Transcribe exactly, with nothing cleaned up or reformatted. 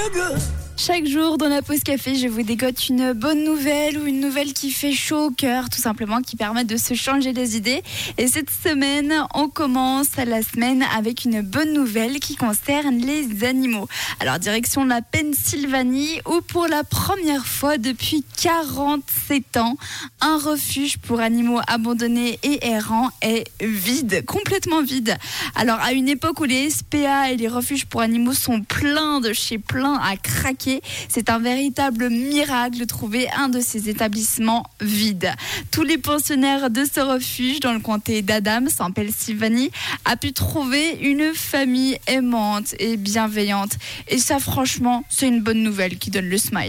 Chaque jour dans la pause café, je vous dégote une bonne nouvelle ou une nouvelle qui fait chaud au cœur, tout simplement, qui permet de se changer les idées. Et cette semaine, on commence la semaine avec une bonne nouvelle qui concerne les animaux. Alors, direction la Pennsylvanie, où pour la première fois depuis quarante-sept ans, un refuge pour animaux abandonnés et errants est vide, complètement vide. Alors, à une époque où les S P A et les refuges pour animaux sont pleins de chez plein à craquer, c'est un véritable miracle de trouver un de ces établissements vides. Tous les pensionnaires de ce refuge dans le comté d'Adams, en Pennsylvanie, a pu trouver une famille aimante et bienveillante. Et ça, franchement, c'est une bonne nouvelle qui donne le smile.